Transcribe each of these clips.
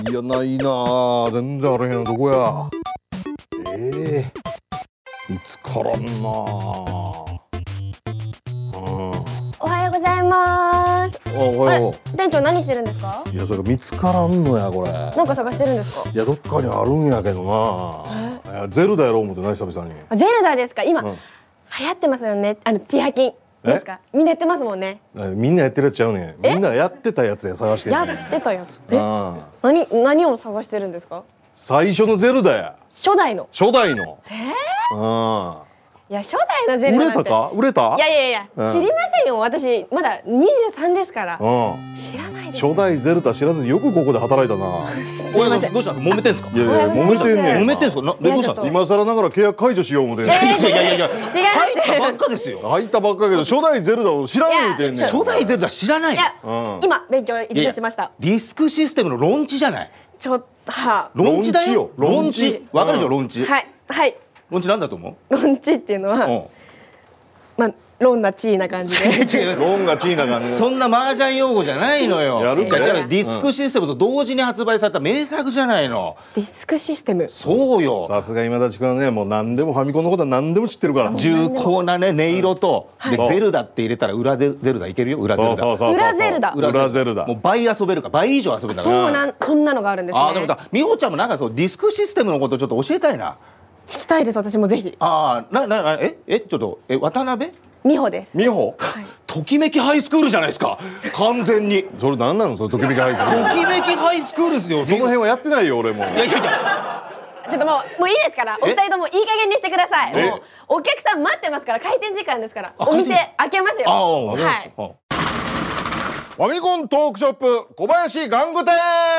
いやないなあ、全然あれへん。どこや。見つからんなあ。 おはようございます。 おはよう。店長何してるんですか？ いやそれ見つからんのやこれ。 なんか探してるんですか？ いやどっかにあるんやけどな。いやゼルダやろう思ってない久々に。 ゼルダですか？今、 うん、 流行ってますよね。ティアキンですか？みんなやってますもんね。 みんなやってるやつちゃうねん。みんなやってたやつや探してんねん。 やってたやつ。何を探してるんですか？ 最初のゼルダや。 初代の。 初代の。 いや初代のゼルダなんて。 売れたか？売れた？ いや、知りませんよ。私まだ23ですから。知らないです。 初代ゼルダ知らずによくここで働いたな。 おいどうしたの？揉めてんすか？ いや揉めてんねん。 揉めてんすか？どうしたの？ 今更ながら契約解除しよう思てんねん。 いや違う。 入ったばっかですよ。 入ったばっかやけど初代ゼルダを知らん言うてんねん。 初代ゼルダ知らないいや、今勉強いたしました。 ディスクシステムのロンチじゃない。 ちょっとロンチだよ。ロンロンチチわかるでしょ？ロンチ。 はいロンチなんだと思ロンチっていうのは、 う？ まあロンなチーな感じで違います。 ロンがチーな感じ。 そんな麻雀用語じゃないのよ。 やるかじゃあディスクシステムと同時に発売された名作じゃないの。 ディスクシステム。 そうよ。 さすが今立君はね、もう何でもファミコンのことは何でも知ってるから。 重厚なね音色とでゼルダって入れたら裏ゼルダいけるよ。裏ゼルダ。 そう裏ゼルダ。 裏ゼルダ。 もう倍遊べるか倍以上遊べるから。 こんなのがあるんですね。 でも美穂ちゃんもなんかそうディスクシステムのことちょっと教えたいな。 聞きたいです。私もぜひ。 ちょっと渡辺美穂です。 美穂。 ときめきハイスクールじゃないですか。完全に。 それ何なのそれときめきハイスクール。 ときめきハイスクールですよ。 その辺はやってないよ俺も。 いやちょっともういいですから、お二人ともいい加減にしてください。もうお客さん待ってますから、開店時間ですから。お店開けますよ。はい。 ファミコントークショップ小林玩具店。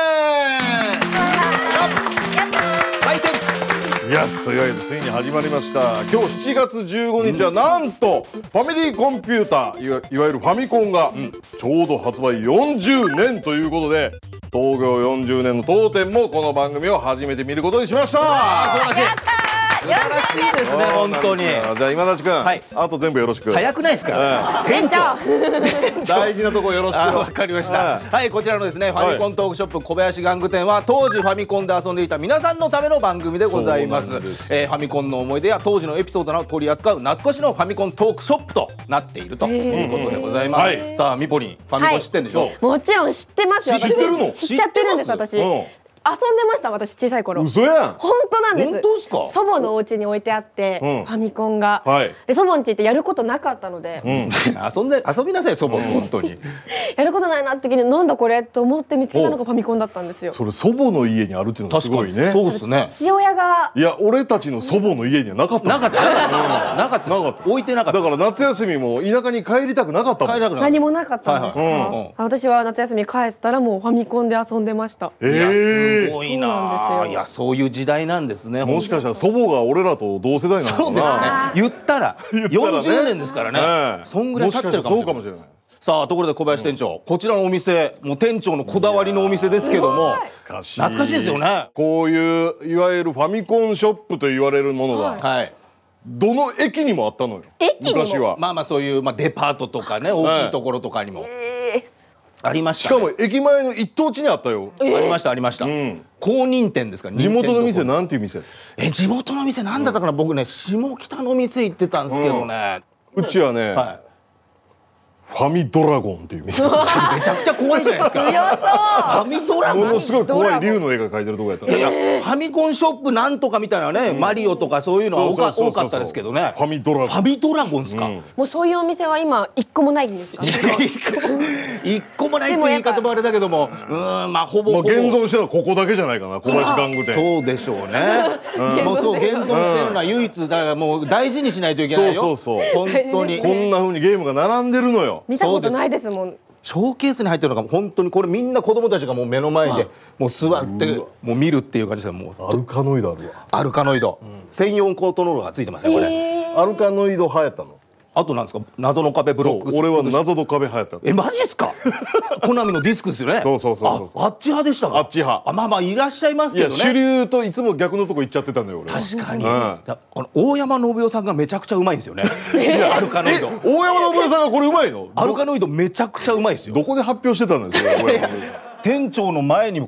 開店。 やっといわゆるついに始まりました。今日7月15日はなんとファミリーコンピューターいわゆるファミコンがちょうど発売40年ということで、創業40年の当店もこの番組を初めて見ることにしました。 素晴らしいですね本当に。 じゃあ今立君、あと全部よろしく。 早くないですか？ 店長。 大事なところよろしく。 わかりました。はい、こちらのですねファミコントークショップ小林玩具店は当時ファミコンで遊んでいた皆さんのための番組でございます。ファミコンの思い出や当時のエピソードなどを取り扱う懐かしのファミコントークショップとなっているということでございます。さあミポリンファミコン知ってんでしょ？ もちろん知ってますよ。 知ってるの？ 知っちゃってるんです私。遊んでました私小さい頃。 嘘やん。 本当なんです。 本当ですか？ 祖母のお家に置いてあってファミコンが。で祖母ん家ってやることなかったので、 遊びなさい祖母本当に。 やることないなって時になんだこれと思って見つけたのがファミコンだったんですよ。 それ祖母の家にあるっていうのがすごいね。 そうですね。 父親が。 いや俺たちの祖母の家にはなかった。 なかった。置いてなかった。 だから夏休みも田舎に帰りたくなかったもん。 何もなかったんですか？私は夏休み帰ったらもうファミコンで遊んでました。 すごいな。いやそういう時代なんですね。 もしかしたら祖母が俺らと同世代なのかな。 そうですね。言ったら40年ですからね。そんぐらい経ってるかもしれない。さあところで小林店長、こちらのお店もう店長のこだわりのお店ですけども、懐かしいですよね。 こういういわゆるファミコンショップと言われるものがどの駅にもあったのよ。昔はまあそういうデパートとかね大きいところとかにもありました。 しかも駅前の一等地にあったよ。 ありましたありました。公認店ですから。 地元の店なんていう店？ 地元の店なんだったかな。僕ね下北の店行ってたんですけどね。 うちはねファミドラゴンっていう店。めちゃくちゃ怖いじゃないですか。ファミドラゴン。 ものすごい怖い竜の絵が描いてるとこやった。 いやファミコンショップなんとかみたいなね、マリオとかそういうのは多かったですけどね。 ファミドラゴン。 ファミドラゴンですか。 もうそういうお店は今一個もないんですか？ 一個もないっていう言い方もあれだけども、まあほぼ現存してるのはここだけじゃないかな。小林玩具店。 そうでしょうね。もうそう現存してるのは唯一だからもう大事にしないといけないよ。本当にこんな風にゲームが並んでるのよ。 見たことないですもん。 ショーケースに入ってるのが本当にこれみんな子供たちがもう目の前でもう座ってもう見るっていう感じで、もうアルカノイドあるわ。 アルカノイド専用コントローラーがついてますねこれ。 アルカノイド流行ったの？ あとなんですか謎の壁ブロック。 俺は謎の壁流行った。 マジっすか？コナミのディスクですよね。 そう。 あっち派でしたか？ あっち派。 まあいらっしゃいますけどね。 主流といつも逆のとこ行っちゃってたのよ俺。 確かに。大山信代さんがめちゃくちゃうまいんですよね。アルカノイド。 大山信代さんがこれうまいの？ アルカノイドめちゃくちゃうまいですよ。 どこで発表してたんですか？ 店長の前にもこれ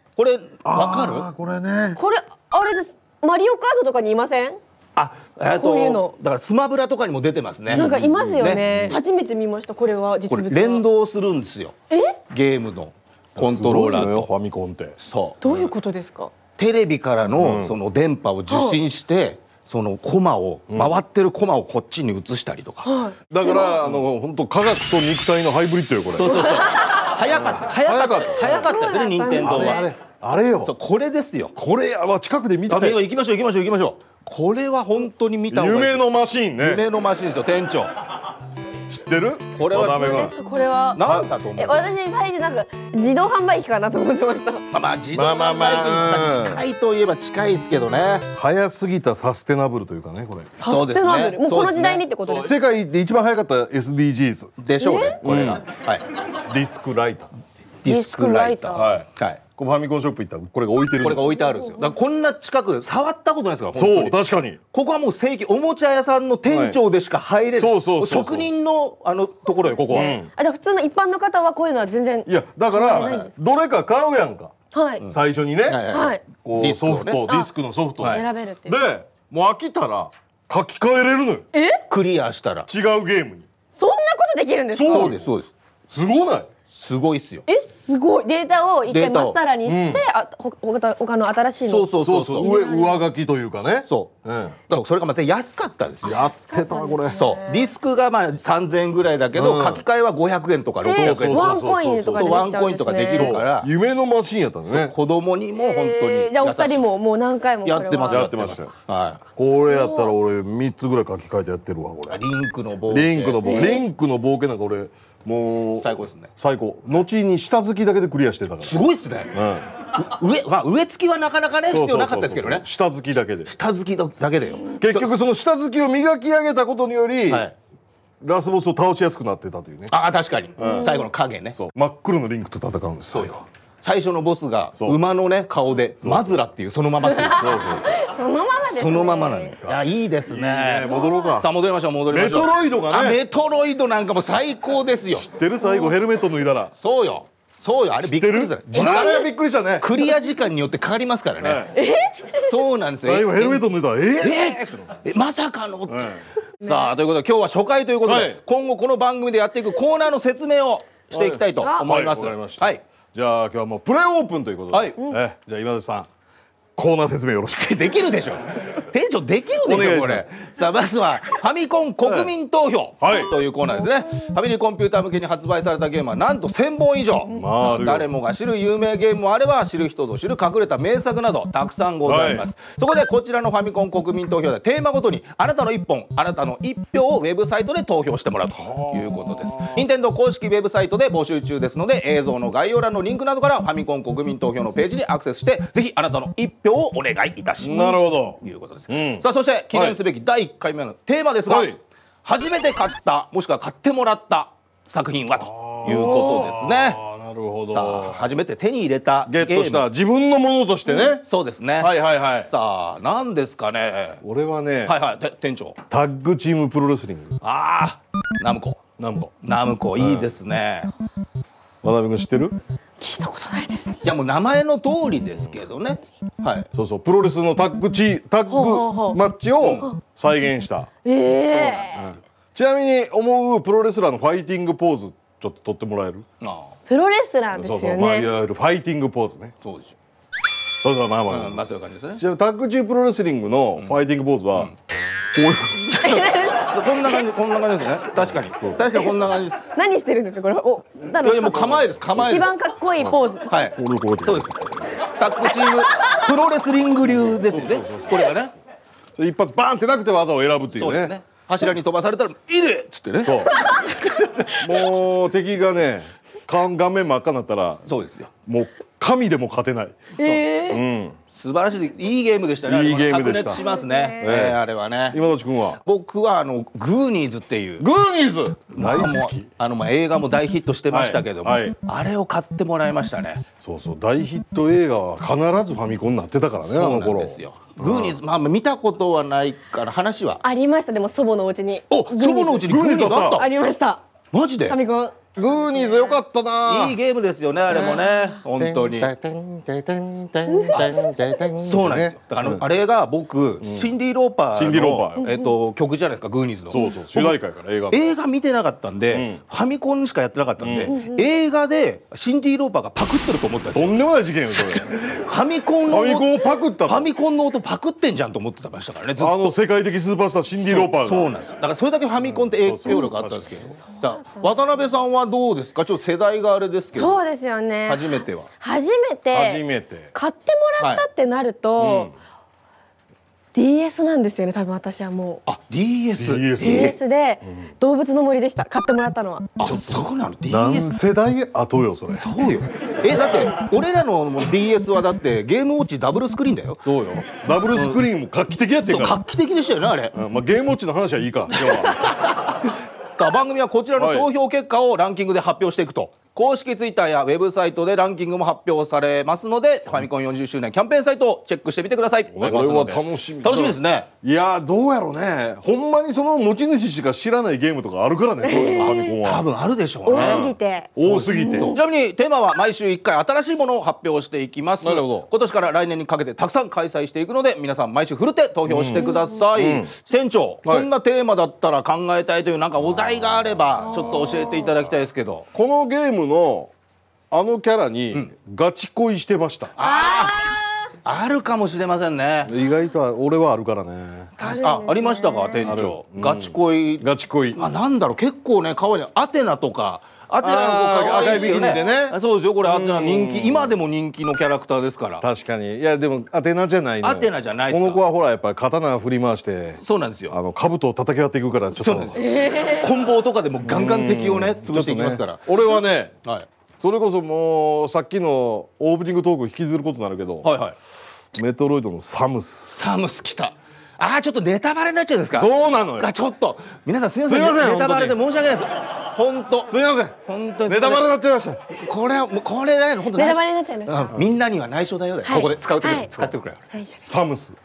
これわかる？ これね。 これあれです。マリオカートとかにいません？ あ、 こういうのだからスマブラとかにも出てますね。 なんかいますよね。初めて見ました。これは実物は。 連動するんですよ。ゲームのコントローラーとファミコンって。 そう。 どういうことですか？ テレビからのその電波を受信して、そのコマを回ってるコマをこっちに移したりとか。 だから本当科学と肉体のハイブリッドよこれ。 そうそうそう。早かったですね、任天堂は。 あれよ。 そう、これですよ。 これは近くで見たい。 行きましょう。これは本当に見た方がいい。 夢のマシーンね。 夢のマシーンですよ、店長。 知ってる？ これはこれは何だと思う？ 私最初なんか自動販売機かなと思ってました。 まあ自動販売機に近いといえば近いですけどね。 早すぎたサステナブルというかね、これ。 サステナブル。もうこの時代にってことです。 世界で一番早かった SDGs でしょうね。これがディスクライター。 ディスクライター。はい。 ファミコンショップ行ったらこれが置いてる。 これが置いてあるんですよ。だからこんな近くで触ったことないですから。 そう、確かに。 ここはもう正規おもちゃ屋さんの店長でしか入れない。職人のところよ、ここは。 じゃあ普通の一般の方はこういうのは全然。 いやだからどれか買うやんか。最初にね。こうソフト、ディスクのソフト選べるっていう。 でもう飽きたら書き換えれるのよ。 クリアしたら違うゲームに。 そんなことできるんですか？ そうです、そうです。 すごない？ すごいっすよ。 すごい。データを一回まっさらにして、他の新しいの。 そう上書きというかね。 そう。だからそれがまた安かったですよ。 やってたこれ。 そう。ディスクがまあ3000円ぐらいだけど書き換えは500円とか600円。 ワンコインとかでワンコインとかできるから。 夢のマシンやったね。 子供にも本当に。 じゃあお二人ももう何回もやってます。 やってましたよ。これやったら俺3つぐらい書き換えてやってるわこれ。 リンクの冒険。 リンクの冒険なんか俺。もう最高ですね。 最高。後に下付きだけでクリアしてたから。 すごいっすね。上付きはなかなかね必要なかったですけどね。 下付きだけで。 下付きだけでよ。 結局その下付きを磨き上げたことによりラスボスを倒しやすくなってたというね。 ああ確かに。最後の影ね。 真っ黒のリンクと戦うんです。 そうよ。最初のボスが馬のね顔でマズラっていうそのままっていう。 そのままですね。 そのままなのよ。いやいいですね。 戻ろうか。 さあ戻りましょう。 メトロイドがね。 メトロイドなんかも最高ですよ。 知ってる？最後ヘルメット脱いだら。 そうよ。あれびっくりした。 あれはびっくりしたね。 クリア時間によって変わりますからね。そうなんですよ。 最後ヘルメット脱いだらまさかの。さあということで今日は初回ということで今後この番組でやっていくコーナーの説明をしていきたいと思います。 はい。じゃあ今日はもうプレオープンということで、じゃあ今田さんコーナー説明よろしく。 できるでしょ。店長できるでしょこれ。さあまずはファミコン国民投票というコーナーですね。ファミリーコンピューター向けに発売されたゲームはなんと1000本以上。誰もが知る有名ゲームもあれば知る人ぞ知る隠れた名作などたくさんございます。そこでこちらのファミコン国民投票でテーマごとにあなたの1本あなたの1票をウェブサイトで投票してもらうということです。任天堂公式ウェブサイトで募集中ですので映像の概要欄のリンクなどからファミコン国民投票のページにアクセスしてぜひあなたの1票をお願いいたします。 なるほど。 ということです。さあそして記念すべき第1回目のテーマですが、初めて買ったもしくは買ってもらった作品はということですね。 なるほど。 さあ初めて手に入れたゲットした自分のものとしてね。 そうですね。さあ何ですかね。 俺はね。 店長。 タッグチームプロレスリング。 ナムコいいですね。 渡辺君知ってる？ 聞いたことないです。 いやもう名前の通りですけどね。 そうそうプロレスのタッグマッチを再現した。ちなみに思うプロレスラーのファイティングポーズちょっと撮ってもらえる？ プロレスラーですよね。 いわゆるファイティングポーズね。 そうですよ。 そうそうまあそういう感じですね。 ちなみにタッグチームプロレスリングのファイティングポーズはこういうこんな感じですね。確かにこんな感じです。 何してるんですかこれ？ もう構えです。 一番かっこいいポーズ。 そうです。タッグチームプロレスリング流ですよね。これがね。 一発バーンってなくて技を選ぶっていうね。 柱に飛ばされたら「いいね!」っつってね。 もう敵がね顔面真っ赤になったらそうですよ。 もう神でも勝てない。 素晴らしいいいゲームでしたね。 いいゲームでした。 白熱しますね。あれはね。 今立君は？ 僕はグーニーズっていうグーニーズ大好き。 映画も大ヒットしてましたけども、あれを買ってもらいましたね。 そうそう大ヒット映画は必ずファミコンになってたからねあの頃。 グーニーズ見たことはないから話はありました。でも祖母のお家に祖母のうちにグーニーズあった？ ありました。 マジで？ ファミコングーニーズよかったな。 いいゲームですよねあれもね本当に。そうなんですよ。だからあれが僕シンディ・ローパーの曲じゃないですかグーニーズの。 そうそう主題歌やから映画見てなかったんでファミコンしかやってなかったんで映画でシンディ・ローパーがパクってると思ったんですよ。 とんでもない事件よそれ。 ファミコンのをパクったファミコンの音パクってんじゃんと思ってましたからねずっと。 世界的スーパースターシンディ・ローパーが。 そうなんですよ。だからそれだけファミコンって影響力あったんですけど。渡辺さんはどうですか。ちょっと世代があれですけど。 そうですよね。 初めては。 初めて買ってもらったってなると、DS なんですよね。多分私はもう。DS で動物の森でした。買ってもらったのは。 そうなの。 何世代後よそれ。 そうよ。だって俺らの DS はだってゲームウォッチダブルスクリーンだよ。 そうよ。ダブルスクリーンも画期的やってんから。 画期的でしたよねあれ。 まあゲームウォッチの話はいいか今日は。 番組はこちらの投票結果をランキングで発表していくと。公式ツイッターやウェブサイトでランキングも発表されますのでファミコン40周年キャンペーンサイトをチェックしてみてください。 これは楽しみですね。 いやどうやろうね。ほんまにその持ち主しか知らないゲームとかあるからね。ファミコンは多分あるでしょうね。 多すぎて。 ちなみにテーマは毎週1回新しいものを発表していきます。 なるほど。 今年から来年にかけてたくさん開催していくので皆さん毎週ふるって投票してください。店長こんなテーマだったら考えたいというなんかお題があればちょっと教えていただきたいですけど。 このゲームのあのキャラにガチ恋してました。 あるかもしれませんね。 意外と俺はあるからね。 ありましたか店長。ガチ恋。なんだろう結構ね可愛いアテナとか。アテナの子可愛いですよね。そうですよこれアテナ人気今でも人気のキャラクターですから。 確かに。いやでもアテナじゃないのよ。 アテナじゃないですか。 この子はほらやっぱり刀振り回して。 そうなんですよ。 兜を叩き合っていくからちょっと。 そうなんですよ。コンボとかでもガンガン敵をね潰していきますから。 俺はね。それこそもうさっきのオープニングトーク引きずることになるけど、メトロイドのサムス来た。ちょっとネタバレになっちゃうんですか。 そうなのよ。 ちょっと皆さんすみませんネタバレで申し訳ないです。本当すみません本当にネタバレになっちゃいました。 これね本当ネタバレになっちゃうんですか。 みんなには内緒だよでここで使ってくれ。 サムス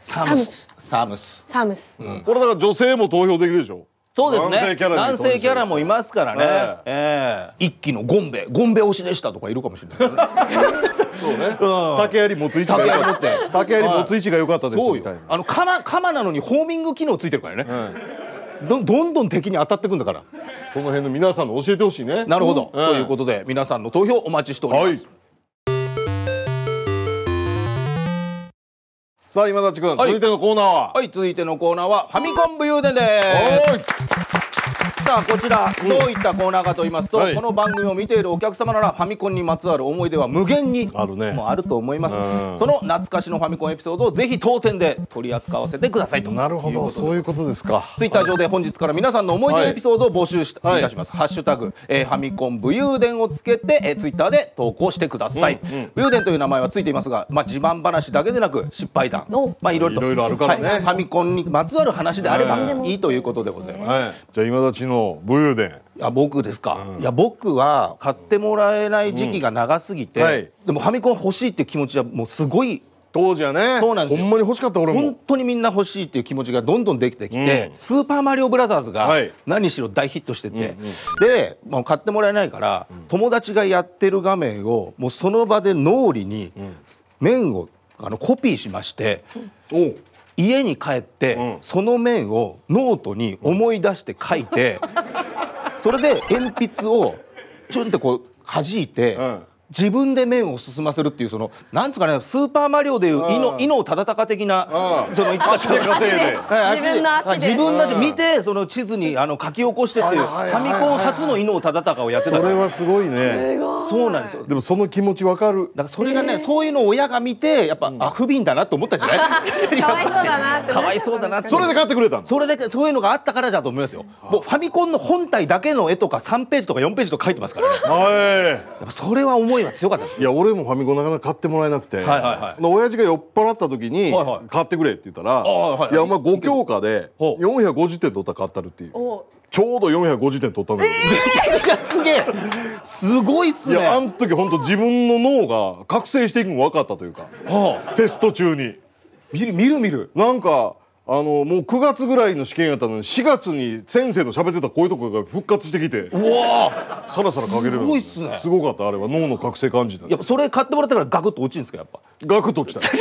これだから女性も投票できるでしょ。 そうですね。男性キャラもいますからね。一期のゴンベ推しでしたとかいるかもしれない。 そうね。竹槍持つ位置が良かった。竹槍持つ位置が良かったですみたいな。 鎌なのにホーミング機能ついてるからね。どんどん敵に当たってくんだから。 その辺の皆さんの教えてほしいね。 なるほど。ということで皆さんの投票お待ちしております。 さあ今立君続いてのコーナーは。 続いてのコーナーはファミコン武勇伝です。さあこちらどういったコーナーかと言いますと、この番組を見ているお客様ならファミコンにまつわる思い出は無限にあると思います。その懐かしのファミコンエピソードをぜひ当店で取り扱わせてくださいと。 なるほどそういうことですか。 ツイッター上で本日から皆さんの思い出エピソードを募集いたします。ハッシュタグファミコン武勇伝をつけてツイッターで投稿してください。武勇伝という名前はついていますが自慢話だけでなく失敗談いろいろあるからね。 ファミコンにまつわる話であればいいということでございます。 じゃあ今立の武勇伝。 僕ですか。僕は買ってもらえない時期が長すぎて、でもファミコン欲しいっていう気持ちはもうすごい当時はね。 そうなんですよ。 ほんまに欲しかった俺も。 本当にみんな欲しいっていう気持ちがどんどんできてきて、スーパーマリオブラザーズが何しろ大ヒットしてて、でもう買ってもらえないから友達がやってる画面をもうその場で脳裏に面をコピーしまして。家に帰ってその面をノートに思い出して書いてそれで鉛筆をチュンってこう弾いて自分で面を進ませるっていうそのなんつうかねスーパーマリオでいう伊能忠敬的なその足で稼いで自分の足見てその地図に書き起こしてっていうファミコン初の伊能忠敬をやってた。 それはすごいね。 そうなんですよ。 でもその気持ちわかる。 だからそれがねそういうのを親が見てやっぱ不憫だなと思ったんじゃない。 かわいそうだなって。 かわいそうだなって。 それで買ってくれたの。 それでそういうのがあったからだと思いますよ。もうファミコンの本体だけの絵とか3ページとか4ページとか書いてますからね。やっぱそれは思いは強かったです。 いや俺もファミコンなかなか買ってもらえなくて、親父が酔っ払った時に買ってくれって言ったら、いやお前5教科で450点取ったら買ったるっていう。ちょうど450点取ったんだけど。 すげえ。すごいっすね。 いやあの時本当自分の脳が覚醒していくの分かったというか、テスト中に見るなんかもう9月ぐらいの試験やったのに4月に先生の喋ってたこういうとこが復活してきて、 うわさらさら書けるようになって。 すごいっすね。 すごかった。あれは脳の覚醒感じた。 やっぱそれ買ってもらったからガクッと落ちるんですかやっぱ。 ガクッと落ちた。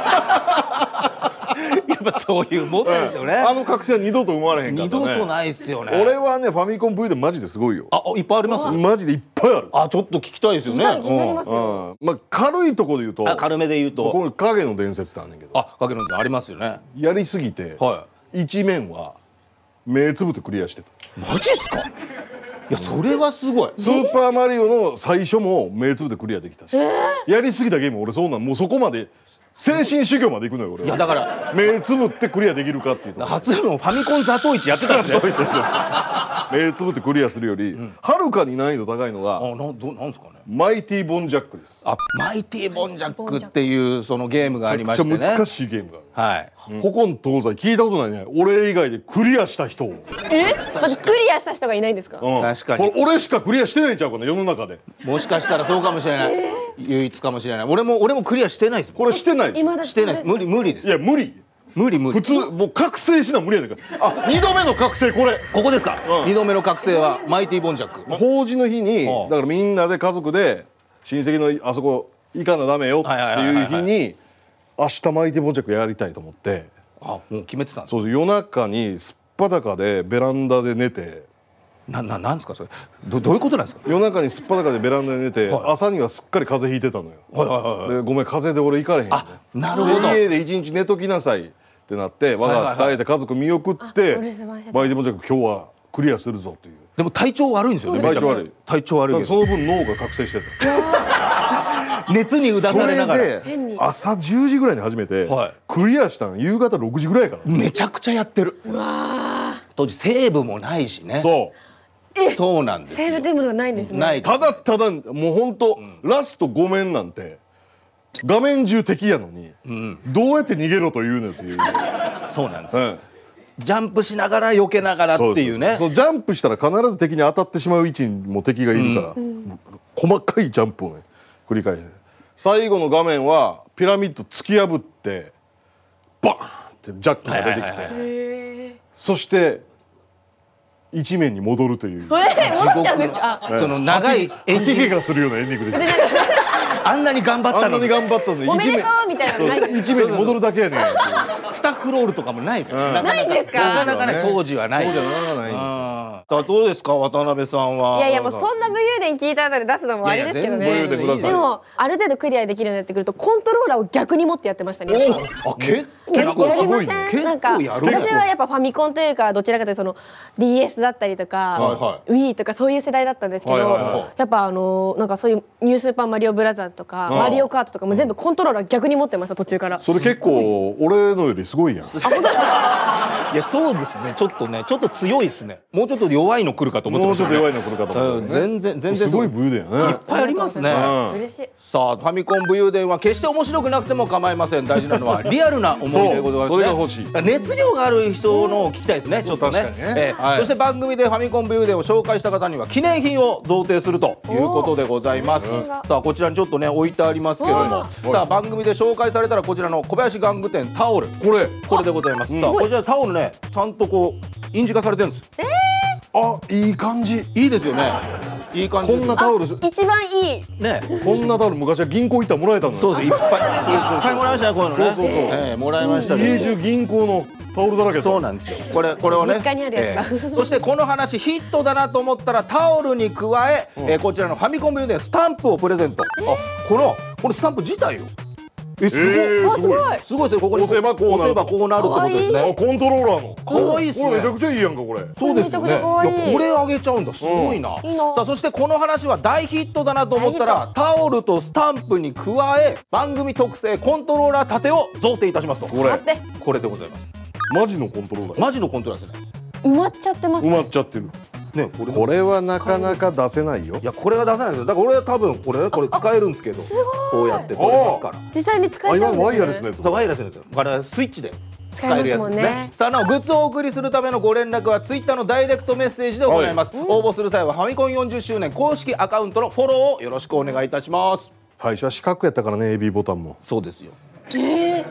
やっぱそういうもんですよね。 あの覚醒は二度と生まれへんかったね。 二度とないっすよね。 俺はねファミコン V でマジですごいよ。 あ、いっぱいあります。 マジでいっぱいある。 あ、ちょっと聞きたいですよね。 気になりますよ。 まあ軽いところで言うと、 軽めで言うと、 この影の伝説ってあんねんけど、 あ、かけるんでありますよね。 やりすぎて、 は一面は目つぶってクリアしてた。 い。マジっすか。いや、それはすごい。 スーパーマリオの最初も目つぶってクリアできたし、やりすぎたゲーム俺そうなんもうそこまで精神修行まで行くのよ俺は。 いやだから目つぶってクリアできるかっていうと初のファミコン座頭市やってたんですね。 目つぶってクリアするよりはるかに難易度高いのがなんですかね。 マイティボンジャックです。 あ、マイティボンジャックっていうそのゲームがありましてね。 めちゃくちゃ難しいゲームがある。 はい。 古今東西聞いたことないね。俺以外でクリアした人を。 まずクリアした人がいないんですか。 確かに。 これ俺しかクリアしてないんちゃうかな世の中で。 もしかしたらそうかもしれない。唯一かもしれない。俺もクリアしてないです。 これしてないです。 今だしてないです。無理です。 いや無理。 無理。 普通もう覚醒しな無理やねんから。あ、2度目の覚醒これ。 ここですか。2度目の覚醒はマイティボンジャック。 法事の日にだからみんなで家族で親戚のあそこ行かなダメよっていう日に明日マイティボンジャックやりたいと思って。 あ、もう決めてたんです。 そう夜中にすっぱだかでベランダで寝て。 なんですかそれ。どういうことなんですか。 夜中にすっぱだかでベランダで寝て、朝にはすっかり風邪ひいてたのよ。でごめん風邪で俺行かれへん。 あ、なるほど。 家で一日寝ときなさいってなって我が帰って家族見送ってマイティボンジャック今日はクリアするぞっていう。 でも体調悪いんですよね。 体調悪い。 体調悪い。 その分脳が覚醒してた。 熱にうだされながら。 それで朝10時ぐらいに始めてクリアしたの夕方6時ぐらいから。 めちゃくちゃやってる。当時セーブもないしね。そうなんですよ。 セーブというものがないんですね。 ない。 ただもう本当ラスト5面なんて画面中敵やのにどうやって逃げろというのっていう。 そうなんですよ。ジャンプしながら避けながらっていうね。 そうジャンプしたら必ず敵に当たってしまう位置にも敵がいるから細かいジャンプをね繰り返して最後の画面はピラミッド突き破ってバーンってジャックが出てきてそして一面に戻るという戻っちゃうんですか。 その長いエンディングがするようなエンディングです。 あんなに頑張ったのに。 おめでとうみたいなのない。 一面に戻るだけやねん。 スタッフロールとかもないから。 ないんですか。 なかなかね当時はない。 当時はないんですよ。 どうですか渡辺さんは。 いやもうそんな武勇伝聞いた後で出すのもあれですけどね。でもある程度クリアできるようになってくるとコントローラーを逆に持ってやってましたね。 あ、結構すごいね。なんか私はやっぱファミコンというかどちらかというとその DS だったりとか Wii とかそういう世代だったんですけど、やっぱなんかそういうニュースーパーマリオブラザーズとかマリオカートとかも全部コントローラー逆に持ってました途中から。 それ結構俺のよりすごいやん。 いやそうですねちょっと強いですね。もうちょっと弱いの来るかと思ってました。 もうちょっと弱いの来るかと思って。 全然すごい武勇伝やね。 いっぱいありますね。 嬉しい。 さあファミコン武勇伝は決して面白くなくても構いません。大事なのはリアルな思い出でございますね。 それが欲しい。 熱量がある人のを聞きたいですね。ちょっとね。そして番組でファミコン武勇伝を紹介した方には記念品を贈呈するということでございます。さあこちらにちょっとね置いてありますけども、さあ番組で紹介されたらこちらの小林玩具店タオルこれでございます。さあこちらタオルねちゃんとこう印字化されてるんです。 あ、いい感じ。 いいですよね。いい感じ。 こんなタオル一番いいね。 こんなタオル昔は銀行行ったらもらえたのよ。 そうです。いっぱいもらいましたねこういうのね。そうもらいました。 家中銀行のタオルだらけ。 そうなんですよ。これをね。 実家にあるやつだ。 そしてこの話ヒットだなと思ったらタオルに加えこちらのファミコン武勇伝スタンプをプレゼント。あ、これスタンプ自体よ。すごいですね。ここに押せばこうなるってことですね。 コントローラーの。 可愛いっすね。 これめちゃくちゃいいやんかこれ。 そうですよね。いやこれあげちゃうんだ。すごいな。さあそしてこの話は大ヒットだなと思ったらタオルとスタンプに加え番組特製コントローラー盾を贈呈いたしますと。これでございます。 マジのコントローラー。 マジのコントローラーですね。 埋まっちゃってます。 埋まっちゃってる。 ね、 これはなかなか出せないよ。 いやこれは出せないですよ。だから俺は多分これ使えるんですけど、こうやって取れますから。 実際に使えちゃうんですね。 ワイヤレスのやつ。 そうワイヤレスのやつ。これスイッチで使えるやつですね。さあなおグッズをお送りするためのご連絡はツイッターのダイレクトメッセージで行います。応募する際はファミコン40周年公式アカウントのフォローをよろしくお願いいたします。 最初は四角やったからね AB ボタンも。 そうですよ。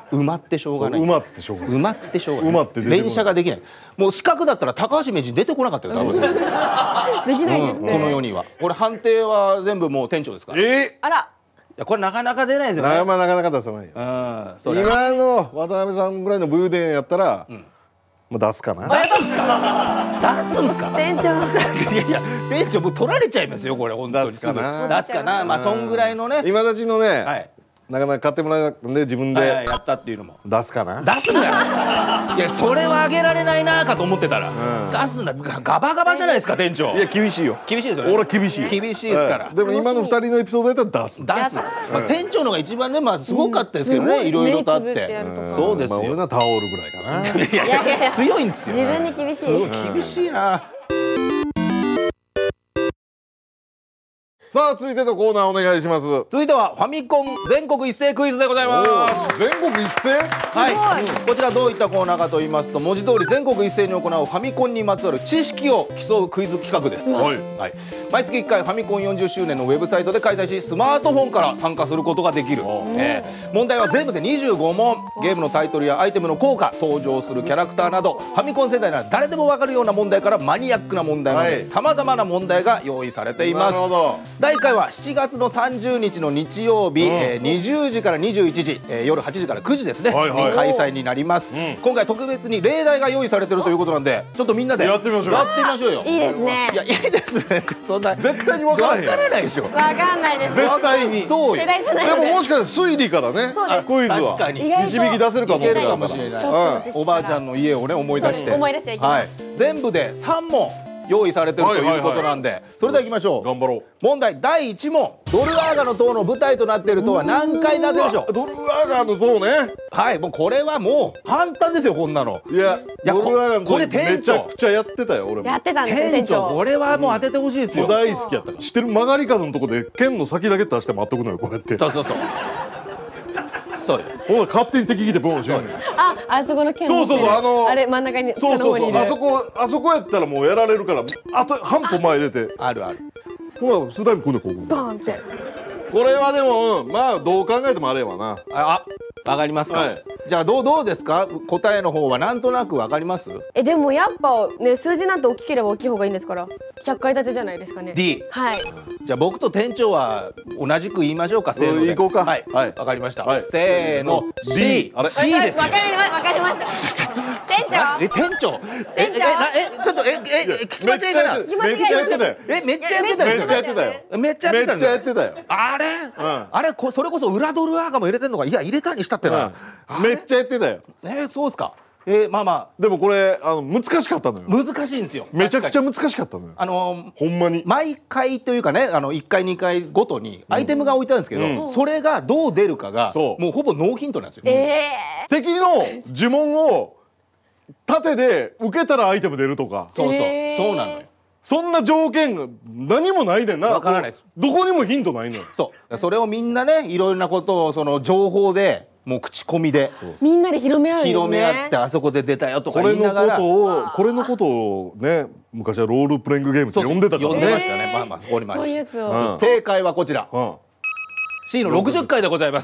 埋まってしょうがない。 埋まってしょうがない。 埋まってしょうがない。 埋まって出てこない。 連射ができない。もう四角だったら高橋名人出てこなかったよ多分。 できないですね。 この世には。これ判定は全部もう店長ですから。 あら。 いやこれなかなか出ないですよね。 なかなか出さないよ。今の渡辺さんぐらいの武勇伝やったら、もう出すかな。 出すんすか。出すんすか。 店長。 いや店長もう取られちゃいますよこれ本当に。 出すかな。 出すかな。まあそんぐらいのね。 今たちのね。なかなか買ってもらえなくて自分でやったっていうのも出すかな。 出すんだよ。いやそれはあげられないなかと思ってたら出すんだ。ガバガバじゃないですか店長。 いや厳しいよ。 厳しいですよね。 俺厳しい。 厳しいですから。 でも今の2人のエピソードやったら出す。 店長のが一番ねまあすごかったですけどねいろいろとあって。そうですよ。 俺のタオルぐらいかな。 いや強いんですよ。 自分に厳しい。 厳しいな。 さあ続いてのコーナーお願いします。 続いてはファミコン全国一斉クイズでございます。 全国一斉。 はい、こちらどういったコーナーかと言いますと文字通り全国一斉に行うファミコンにまつわる知識を競うクイズ企画です。はい、毎月1回ファミコン40周年のウェブサイトで開催しスマートフォンから参加することができる。問題は全部で25問。ゲームのタイトルやアイテムの効果登場するキャラクターなどファミコン世代なら誰でも分かるような問題からマニアックな問題までさまざまな問題が用意されています。 なるほど。 第1回は7月の30日の日曜日、20時から21時、夜8時から9時ですね、開催になります。今回特別に例題が用意されてるということなんでちょっとみんなでやってみましょう。 やってみましょうよ。 いいですね。 いやいいですね。そんな絶対に分からへん。 分からないでしょ。 わかんないです。 絶対に。 そうよ。 世代じゃないので。 でももしかして推理からねクイズは確かに導き出せるかもしれない。 おばあちゃんの家をね思い出していきます。 全部で3問用意されてるということなんでそれではいきましょう。 頑張ろう。 問題第1問。ドルアーガの塔の舞台となっている塔は何階建てでしょう。 ドルアーガの塔ね。 はいもうこれはもう簡単ですよこんなの。 いやドルアーガの塔これめちゃくちゃやってたよ俺も。 やってたんですよ店長。 これはもう当ててほしいですよ。 大好きやった。知ってる曲がり角のとこで剣の先だけ出して待っとくのよこうやって。 そうそう。ほら勝手に敵来てボンしようね。 あそこの剣。 そうあれ真ん中にそうあそこやったらもうやられるからあと半歩前出て。 あるある。 ほらスライム来んねここ。 バーンって。 これはでもまあどう考えてもあれはな。 わかりますか。じゃあどうですか答えの方はなんとなくわかります。 でもやっぱね数字なんて大きければ大きい方がいいんですから100階建てじゃないですかね。 D。 はい。 じゃあ僕と店長は同じく言いましょうか。せーので行こうか。 はいわかりました。せーの C。 あれ C です。 わかりました店長。 店長ちょっと気持ちいいかな。 めっちゃやってたよ。 めっちゃやってたよ。 めっちゃやってたよ。 めっちゃやってたよ。あれそれこそ裏ドルアーガも入れてんのか。いや入れたにしたってな。 めっちゃやってたよ。 そうですか。まあでもこれ難しかったのよ。 難しいんですよ。 めちゃくちゃ難しかったのよ。ほんまに毎回というかね1回2回ごとにアイテムが置いてあるんですけどそれがどう出るかがもうほぼノーヒントなんですよ。 敵の呪文を盾で受けたらアイテム出るとか。 そうなのよ。 そんな条件が何もないでな。 わからないです。 どこにもヒントないのよ。 それをみんなねいろいろなことをその情報でもう口コミでみんなで広め合うんですね。 広め合ってあそこで出たよとか言いながらこれのことをね昔はロールプレイングゲームって呼んでたからね。 呼んでましたね。まあそこにもあるし。正解はこちら C の60回でございます。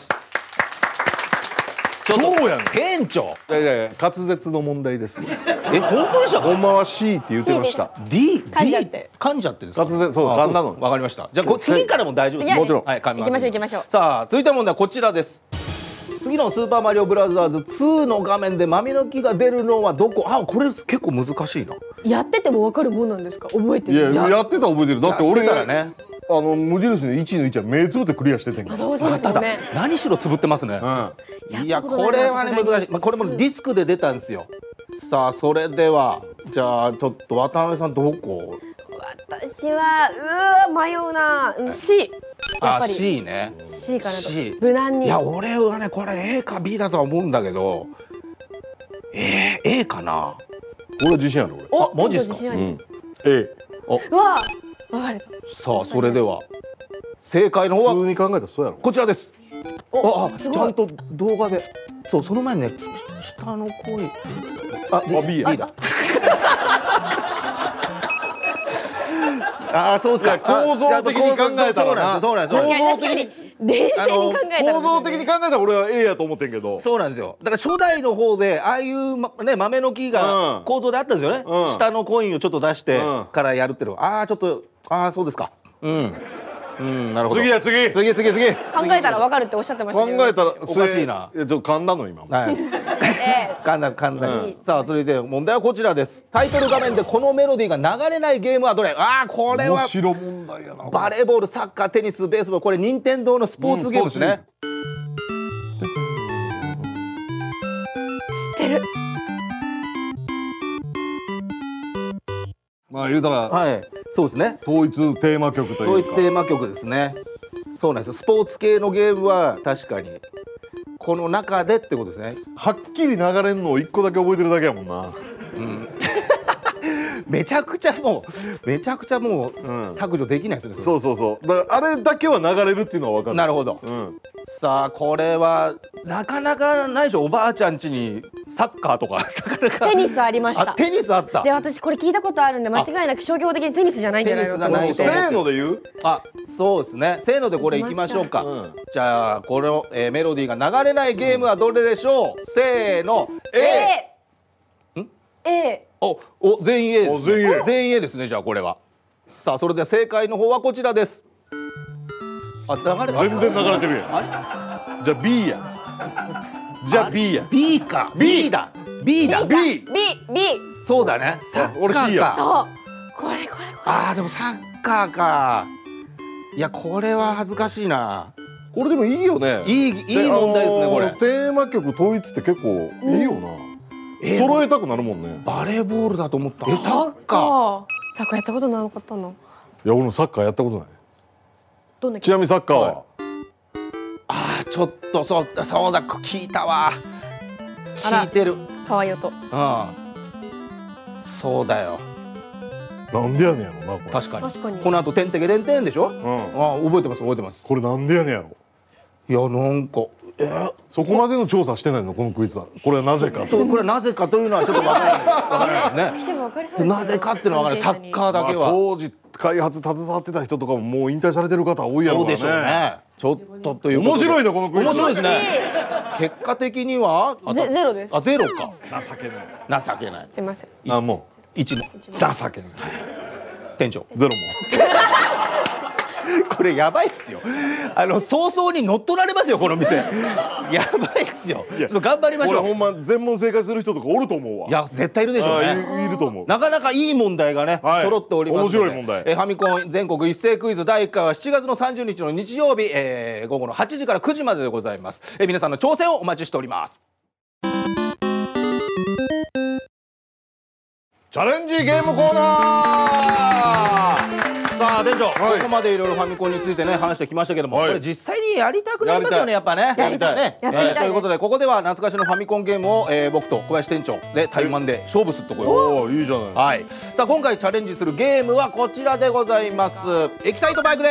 そうやね。 店長滑舌の問題です。 本当でしたか。 ほんまは C って言ってました。 D 噛んじゃってんですか。 滑舌そう噛んだの。 わかりました。じゃあ次からも大丈夫です。 もちろん。 はい噛みます。 行きましょう。 さあ続いての問題はこちらです。次のスーパーマリオブラザーズ2の画面で豆の木が出るのはどこ。これ結構難しいな。 やってても分かるもんなんですか。覚えてる。 いややってた覚えてる。だって俺やってたらね無印の1の1は目つぶってクリアしててんから。 そうですよね。 何しろつぶってますね。いやこれはね難しい。これもディスクで出たんですよ。さあそれではじゃあちょっと渡辺さんどこ。 私は迷うな。C。やっぱり C ね。 C かなと。無難に。 いや俺はねこれ A か B だとは思うんだけど A かな。 俺自信ある俺。 マジですか。 A。 うわ分かれた。 さあそれでは正解の方は普通に考えたらそうやろ。 こちらです。ちゃんと動画でその前にね下の声B だ。そうですか。 構造的に考えたらな。 そうなんです。 確かに冷静に考えたら構造的に考えたら俺は A やと思ってんけど。 そうなんですよ。だから初代の方でああいうね豆の木が構造であったんですよね。下のコインをちょっと出してからやるっていうのは、ちょっとそうですか。なるほど。 次。 考えたらわかるっておっしゃってましたけど。 考えたらおかしいな。 噛んだの今。 簡単。さあ続いて問題はこちらです。タイトル画面でこのメロディーが流れないゲームはどれ？これは面白問題やな。 バレーボール、サッカー、テニス、ベースボール、これ任天堂のスポーツゲームですね。 知ってる。 まあ言うたら、 そうですね。 統一テーマ曲というか。 統一テーマ曲ですね。そうなんですよ。スポーツ系のゲームは確かにこの中でってことですね。 はっきり流れんのを1個だけ覚えてるだけやもんな。 めちゃくちゃもう削除できないですね。 そうだからあれだけは流れるっていうのは分かる。 なるほど。さあこれはなかなかないでしょ。おばあちゃん家にサッカーとかテニスありました。 テニスあった。 で私これ聞いたことあるんで間違いなく商業的にテニスじゃないんじゃないのと思って。 せーので言う？ そうですね。せーのでこれいきましょうか。じゃあこのメロディーが流れないゲームはどれでしょう？せーの。 A。 全員 A ですね。全員 A ですね。じゃあこれは。さあそれでは正解の方はこちらです。流れ全然流れてるやん。じゃあ B や。じゃあ B や。 B か。B だ。B だ。 B。 そうだね。サッカーか。 俺 C や。 そう。これ。 でもサッカーか。いやこれは恥ずかしいな。 これでもいいよね。 いい問題ですねこれ。 テーマ曲統一って結構いいよな。揃えたくなるもんね。 バレーボールだと思った。 サッカーやったことなかったの？ いや俺もサッカーやったことない。 どんな？ ちなみにサッカーは？ ちょっとそうだ聞いたわ。聞いてる。 可愛い音。 そうだよ。 なんでやねんやろなこれ。 確かに。この後てんてけてんてんでしょ？覚えてます。 これなんでやねんやろ。 いやなんかそこまでの調査してないのこのクイズは。これはなぜか。 これはなぜかというのはちょっとわからないですね。なぜかっていうのはわからない。サッカーだけは。 当時開発携わってた人とかももう引退されてる方多いやろうからね。 そうでしょうね。ちょっとという面白いなこのクイズ。 面白いですね。結果的にはゼロです。 ゼロか。 情けない。 情けない。 すいません。 もう 1問。 情けない。 店長。 ゼロも。 これやばいっすよ。早々に乗っ取られますよこの店。やばいっすよ。ちょっと頑張りましょう。 ほんま全問正解する人とかおると思うわ。 いや絶対いるでしょうね。 いると思う。 なかなかいい問題がね揃っておりますので。 面白い問題。 ファミコン全国一斉クイズ第1回は7月の30日の日曜日午後の8時から9時まででございます。皆さんの挑戦をお待ちしております。 チャレンジゲームコーナー。 さあ店長、ここまでいろいろファミコンについてね話してきましたけども、これ実際にやりたくなりますよねやっぱね。 やりたいね。 ということでここでは懐かしのファミコンゲームを僕と小林店長で対マンで勝負するところ。 おおいいじゃない。 さあ今回チャレンジするゲームはこちらでございます。エキサイトバイクです。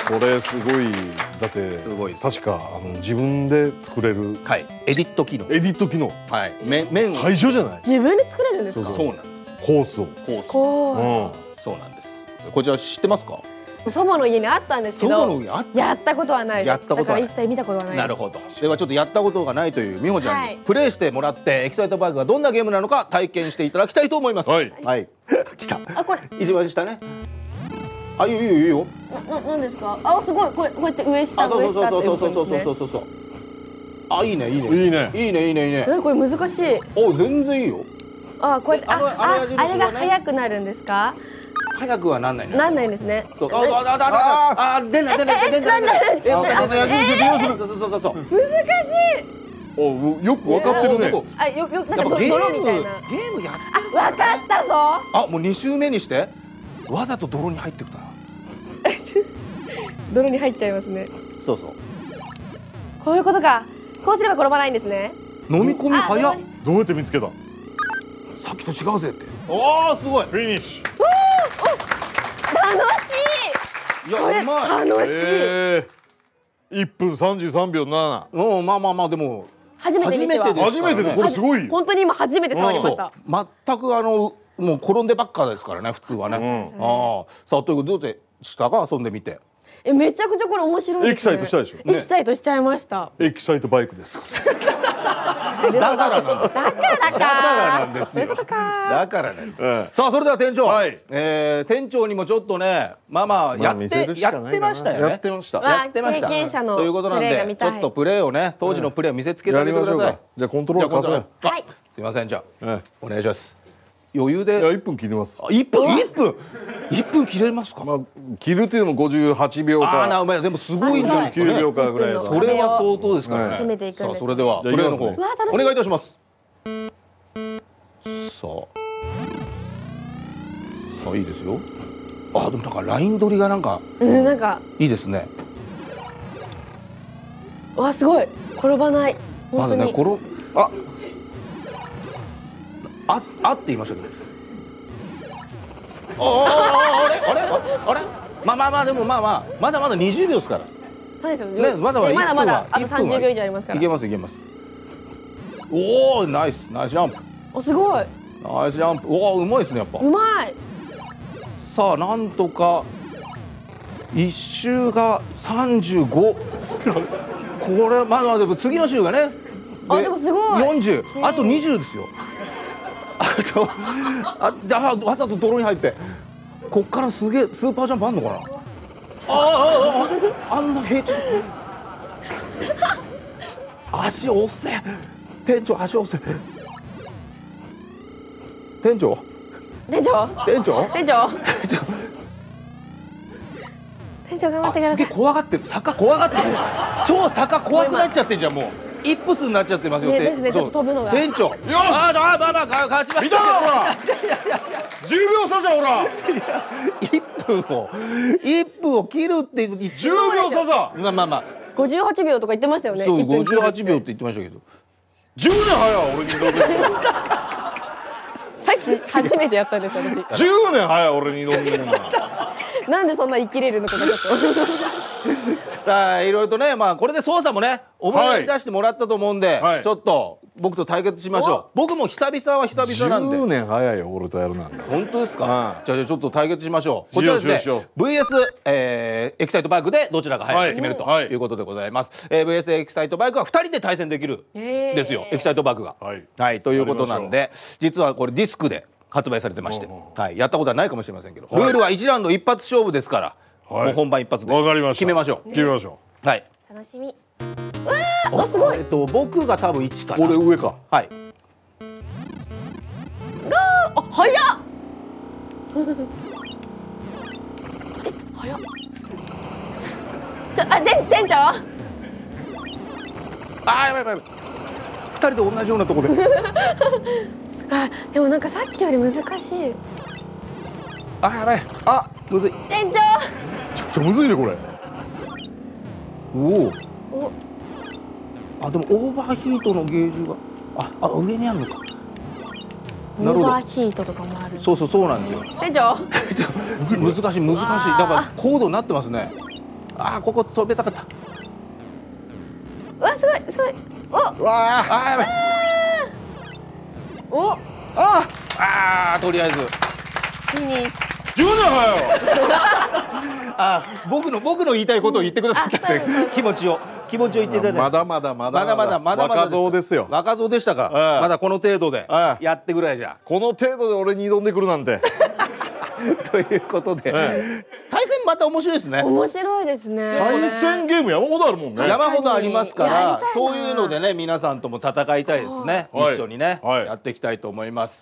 これすごい。だって確か自分で作れるエディット機能。 最初じゃない。 自分で作れるんですか？ そうなんです。 コースを。 そうなんです。こちら知ってますか？ 祖母の家にあったんですけど、やったことはないです。だから一切見たことはない。 なるほど。ではちょっとやったことがないという美穂ちゃんにプレイしてもらってエキサイトバイクがどんなゲームなのか体験していただきたいと思います。来た。これ一番下ね。いいよ。 なんですか？すごい。こうやって上下そう。いいね。 これ難しい。 全然いいよ。 こうやってあれが速くなるんですか？ 速くはなんないの。 なんないんですね。 そう。出ない。 難しい。 よく分かってるね。 なんか泥みたいな。 ゲームやってる。 分かったぞ。 もう2周目にしてわざと泥に入ってきた。 泥に入っちゃいますね。 そう。 こういうことか。こうすれば転ばないんですね。 飲み込み早っ。 どうやって見つけた？ さっきと違うぜって。すごい。 フィニッシュ。 楽しい。 いやうまい。 楽しい。 1分33秒7。 まあでも初めてでこれすごい。 本当に今初めて触りました。 全くもう転んでばっかですからね普通はね。さあということで下が遊んでみて。 めちゃくちゃこれ面白いですね。 エキサイトしたでしょ。 エキサイトしちゃいました。 エキサイトバイクです。 だからなんです。 だからか。 だからなんですよ。だからなんです。さあそれでは店長、店長にもちょっとね、まあやってましたよね。 やってました。 やってました。経験者のということなんで、ちょっとプレーをね、当時のプレーを見せつけてあげてください。 じゃあコントローラー貸せ。 はい。 すいません、じゃあお願いします。余裕で。 いや1分切ります。 1分切れますか。 まあ切るっていうのも58秒か。 ああ、でもすごいんじゃない。 9秒かぐらい。 それは相当ですからね。 攻めていくんです。 さあそれではプレーの方お願いいたします。さあいいですよ。あ、でもなんかライン取りがなんかいいですね。 わ、すごい転ばない。 まずね、あって言いましたけど。あれまあでもまだ20秒ですから。 そうですよね、まだあと30秒以上ありますから。 いけます。おお、ナイスジャンプ。 お、すごい。 ナイスジャンプ。おお、うまいですね、やっぱ。 うまい。 さあ、なんとか1周が35。これまだでも次の周がね。 あ、でもすごい。 40、あと20ですよ。わざと泥に入って、こっからすげえスーパージャンプあんのかな。あんな平地。足押せ。店長足押せ。店長頑張ってください。 すげえ怖がってる。坂怖がってる。超坂怖くなっちゃってんじゃん、もう。イップスになっちゃってますよ。 ですね、ちょっと飛ぶのが。 店長。勝ちました。 見たほら。10秒差じゃほら。 1分を切るって10 秒差じゃ。 まあ。 58秒とか言ってましたよね。 そう、58秒って言ってましたけど。 10年早い俺に挑んでる。 さっき初めてやったんです私。 10年早い俺に挑んでるんだ。 なんでそんな生きれるのかがちょっと。 さあいろいろとね、まあこれで操作もね思い出してもらったと思うんで、ちょっと僕と対決しましょう。僕も久々は久々なんで。 10年早いよ俺とやるなんて。 本当ですか。じゃあちょっと対決しましょう。こちらですね、 VS エキサイトバイクでどちらが早く決めるということでございます。VS エキサイトバイクは2人で対戦できるですよ、エキサイトバイクが。はいということなんで、実はこれディスクで発売されてまして、やったことはないかもしれませんけど、ルールは1ラウンド一発勝負ですから、もう本番一発で決めましょう。はい。 楽しみ。うわ、すごい。 僕が多分1かな。 俺上か。 はい。 あ、早っ。早っ。店長。 やばい。2人で同じようなところで。 あ、でもなんかさっきより難しい。 やばい。むずい。 店長。 めちゃくちゃむずいねこれ。 でもオーバーヒートのゲージが上にあるのか。 オーバーヒートとかもある。 そうなんですよ。 店長。 難しい。だから高度になってますね。ここ飛べたかった。 うわ、すごい。 やばい。とりあえずフィニッシュ。 10年早いわ。僕の言いたいことを言ってくださったんですよ。気持ちを言っていただいて。 まだ若造ですよ。 若造でしたか。まだこの程度でやってぐらいじゃ。 この程度で俺に挑んでくるなんて。 ということで、対戦また面白いですね。 面白いですね。 対戦ゲーム山ほどあるもんね。 山ほどありますから、そういうのでね、皆さんとも戦いたいですね。一緒にね、やっていきたいと思います。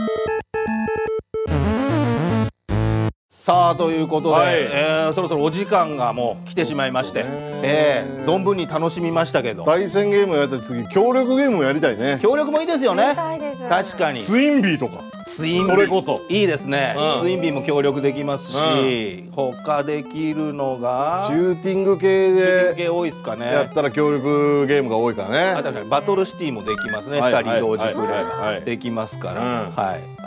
さあということで、そろそろお時間がもう来てしまいまして、存分に楽しみましたけど、 対戦ゲームやった次協力ゲームもやりたいね。 協力もいいですよね。確かにツインビーとか。 それこそいいですね。ツインビーも協力できますし、他できるのがシューティング系で多いですかね。 やったら協力ゲームが多いからね。 バトルシティもできますね。2人同時プレイできますから。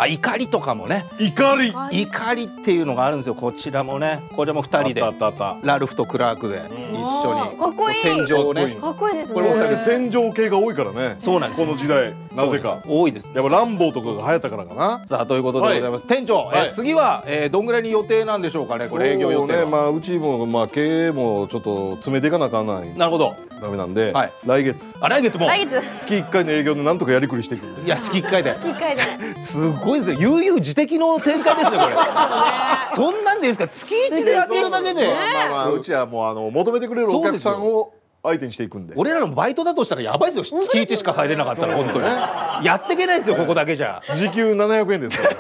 怒りとかもね。怒りっていうのがあるんですよ。こちらもね、これも2人でラルフとクラークで一緒にかっこいい。 戦場をね。 かっこいいですね。 これも2人で戦場系が多いからね。 そうなんです。 この時代なぜか多いです。 やっぱランボーとかが流行ったからかな。 な。 さあということでございます。店長、次はどんぐらいに予定なんでしょうかね。これ営業予定は。 まあうちもまあ経営もちょっと詰めていかなあかんない。 なるほど。 ダメなんで、来月。 来月も。 来月。 月1回の営業でなんとかやりくりしていくんで。 いや月1回で。 月1回で。 すごいですよ。悠々自適の展開ですねこれ。そんなんでいいですか。月1でやってるだけで。 まあまあうちはもう求めてくれるお客さんを相手にしていくんで。 俺らのバイトだとしたらやばいですよ。月1しか入れなかったら本当に。やっていけないですよここだけじゃ。 時給700円ですから。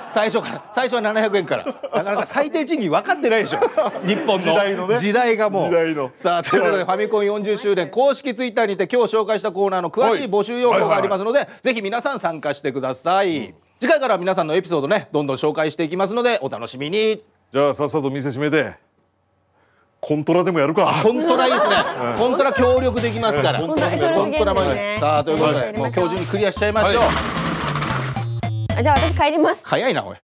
最初は700円から。なかなか最低賃金分かってないでしょ。日本の時代がもう。さあということでファミコン40周年公式ツイッターにて今日紹介したコーナーの詳しい募集要項がありますので、ぜひ皆さん参加してください。次回から皆さんのエピソードねどんどん紹介していきますのでお楽しみに。 じゃあさっさと店閉めてコントラでもやるか。 コントラいいですね。コントラ協力できますから。コントラもね。さあということでもう今日中にクリアしちゃいましょう。 じゃあ私帰ります。 早いなおい。